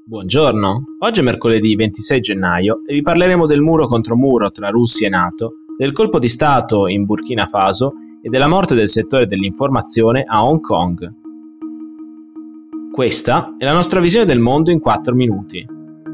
Buongiorno, oggi è mercoledì 26 gennaio e vi parleremo del muro contro muro tra Russia e NATO, del colpo di Stato in Burkina Faso e della morte del settore dell'informazione a Hong Kong. Questa è la nostra visione del mondo in 4 minuti.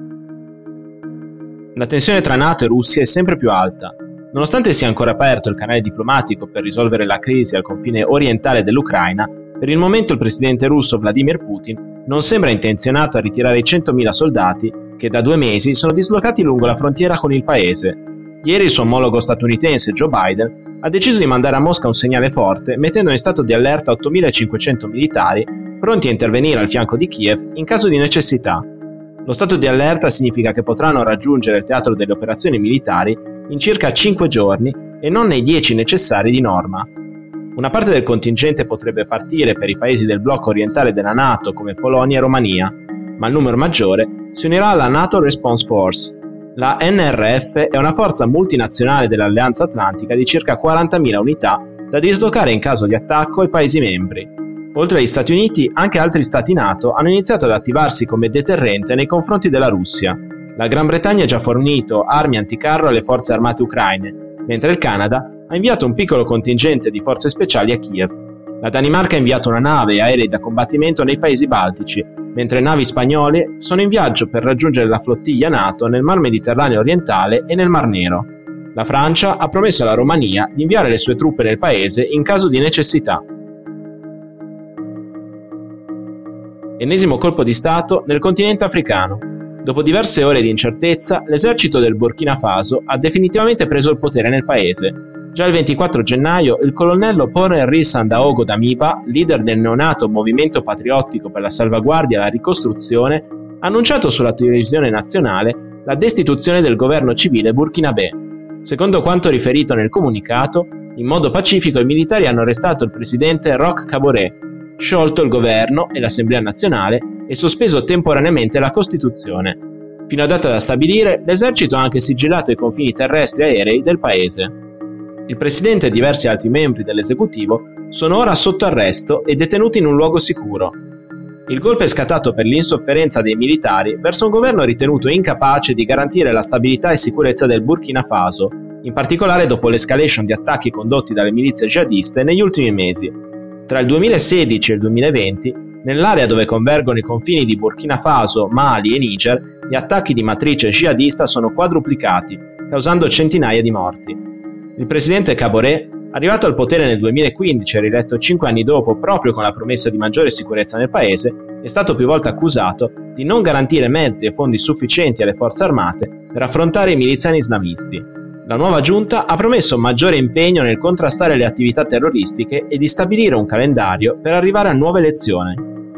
La tensione tra NATO e Russia è sempre più alta. Nonostante sia ancora aperto il canale diplomatico per risolvere la crisi al confine orientale dell'Ucraina, per il momento il presidente russo Vladimir Putin non sembra intenzionato a ritirare i 100.000 soldati che da 2 mesi sono dislocati lungo la frontiera con il paese. Ieri il suo omologo statunitense Joe Biden ha deciso di mandare a Mosca un segnale forte, mettendo in stato di allerta 8.500 militari pronti a intervenire al fianco di Kiev in caso di necessità. Lo stato di allerta significa che potranno raggiungere il teatro delle operazioni militari in circa 5 giorni e non nei 10 necessari di norma. Una parte del contingente potrebbe partire per i paesi del blocco orientale della NATO come Polonia e Romania, ma il numero maggiore si unirà alla NATO Response Force. La NRF è una forza multinazionale dell'Alleanza Atlantica di circa 40.000 unità da dislocare in caso di attacco ai Paesi membri. Oltre agli Stati Uniti, anche altri Stati NATO hanno iniziato ad attivarsi come deterrente nei confronti della Russia. La Gran Bretagna ha già fornito armi anticarro alle forze armate ucraine, mentre il Canada ha inviato un piccolo contingente di forze speciali a Kiev. La Danimarca ha inviato una nave e aerei da combattimento nei paesi baltici, mentre navi spagnole sono in viaggio per raggiungere la flottiglia NATO nel Mar Mediterraneo orientale e nel Mar Nero. La Francia ha promesso alla Romania di inviare le sue truppe nel paese in caso di necessità. Ennesimo colpo di Stato nel continente africano. Dopo diverse ore di incertezza, l'esercito del Burkina Faso ha definitivamente preso il potere nel paese. Già il 24 gennaio il colonnello Paul Henri Sandaogo Damiba, leader del neonato Movimento Patriottico per la Salvaguardia e la Ricostruzione, ha annunciato sulla televisione nazionale la destituzione del governo civile burkinabè. Secondo quanto riferito nel comunicato, in modo pacifico i militari hanno arrestato il presidente Roch Kaboré, sciolto il governo e l'Assemblea nazionale e sospeso temporaneamente la Costituzione. Fino a data da stabilire, l'esercito ha anche sigillato i confini terrestri e aerei del paese. Il presidente e diversi altri membri dell'esecutivo sono ora sotto arresto e detenuti in un luogo sicuro. Il golpe è scattato per l'insofferenza dei militari verso un governo ritenuto incapace di garantire la stabilità e sicurezza del Burkina Faso, in particolare dopo l'escalation di attacchi condotti dalle milizie jihadiste negli ultimi mesi. Tra il 2016 e il 2020, nell'area dove convergono i confini di Burkina Faso, Mali e Niger, gli attacchi di matrice jihadista sono quadruplicati, causando centinaia di morti. Il presidente Kaboré, arrivato al potere nel 2015 e rieletto 5 anni dopo proprio con la promessa di maggiore sicurezza nel paese, è stato più volte accusato di non garantire mezzi e fondi sufficienti alle forze armate per affrontare i miliziani islamisti. La nuova giunta ha promesso maggiore impegno nel contrastare le attività terroristiche e di stabilire un calendario per arrivare a nuove elezioni.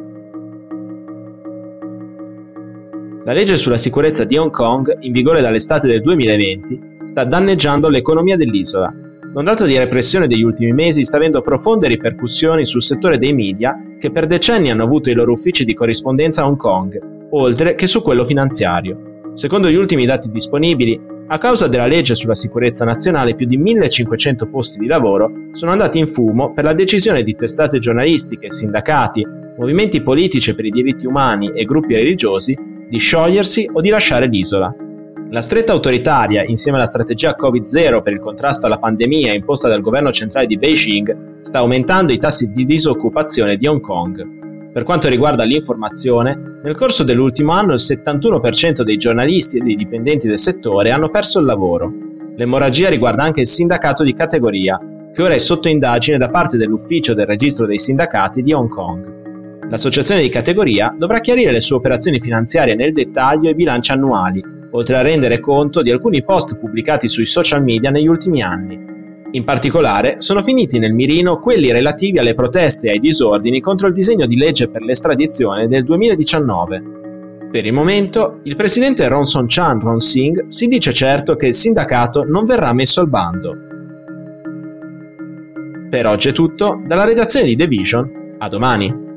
La legge sulla sicurezza di Hong Kong, in vigore dall'estate del 2020, sta danneggiando l'economia dell'isola. L'ondata di repressione degli ultimi mesi sta avendo profonde ripercussioni sul settore dei media che per decenni hanno avuto i loro uffici di corrispondenza a Hong Kong, oltre che su quello finanziario. Secondo gli ultimi dati disponibili, a causa della legge sulla sicurezza nazionale, più di 1.500 posti di lavoro sono andati in fumo per la decisione di testate giornalistiche, sindacati, movimenti politici per i diritti umani e gruppi religiosi di sciogliersi o di lasciare l'isola. La stretta autoritaria, insieme alla strategia Covid-0 per il contrasto alla pandemia imposta dal governo centrale di Beijing, sta aumentando i tassi di disoccupazione di Hong Kong. Per quanto riguarda l'informazione, nel corso dell'ultimo anno il 71% dei giornalisti e dei dipendenti del settore hanno perso il lavoro. L'emorragia riguarda anche il sindacato di categoria, che ora è sotto indagine da parte dell'ufficio del registro dei sindacati di Hong Kong. L'associazione di categoria dovrà chiarire le sue operazioni finanziarie nel dettaglio e i bilanci annuali, oltre a rendere conto di alcuni post pubblicati sui social media negli ultimi anni. In particolare, sono finiti nel mirino quelli relativi alle proteste e ai disordini contro il disegno di legge per l'estradizione del 2019. Per il momento, il presidente Ron Singh si dice certo che il sindacato non verrà messo al bando. Per oggi è tutto, dalla redazione di The Vision, a domani.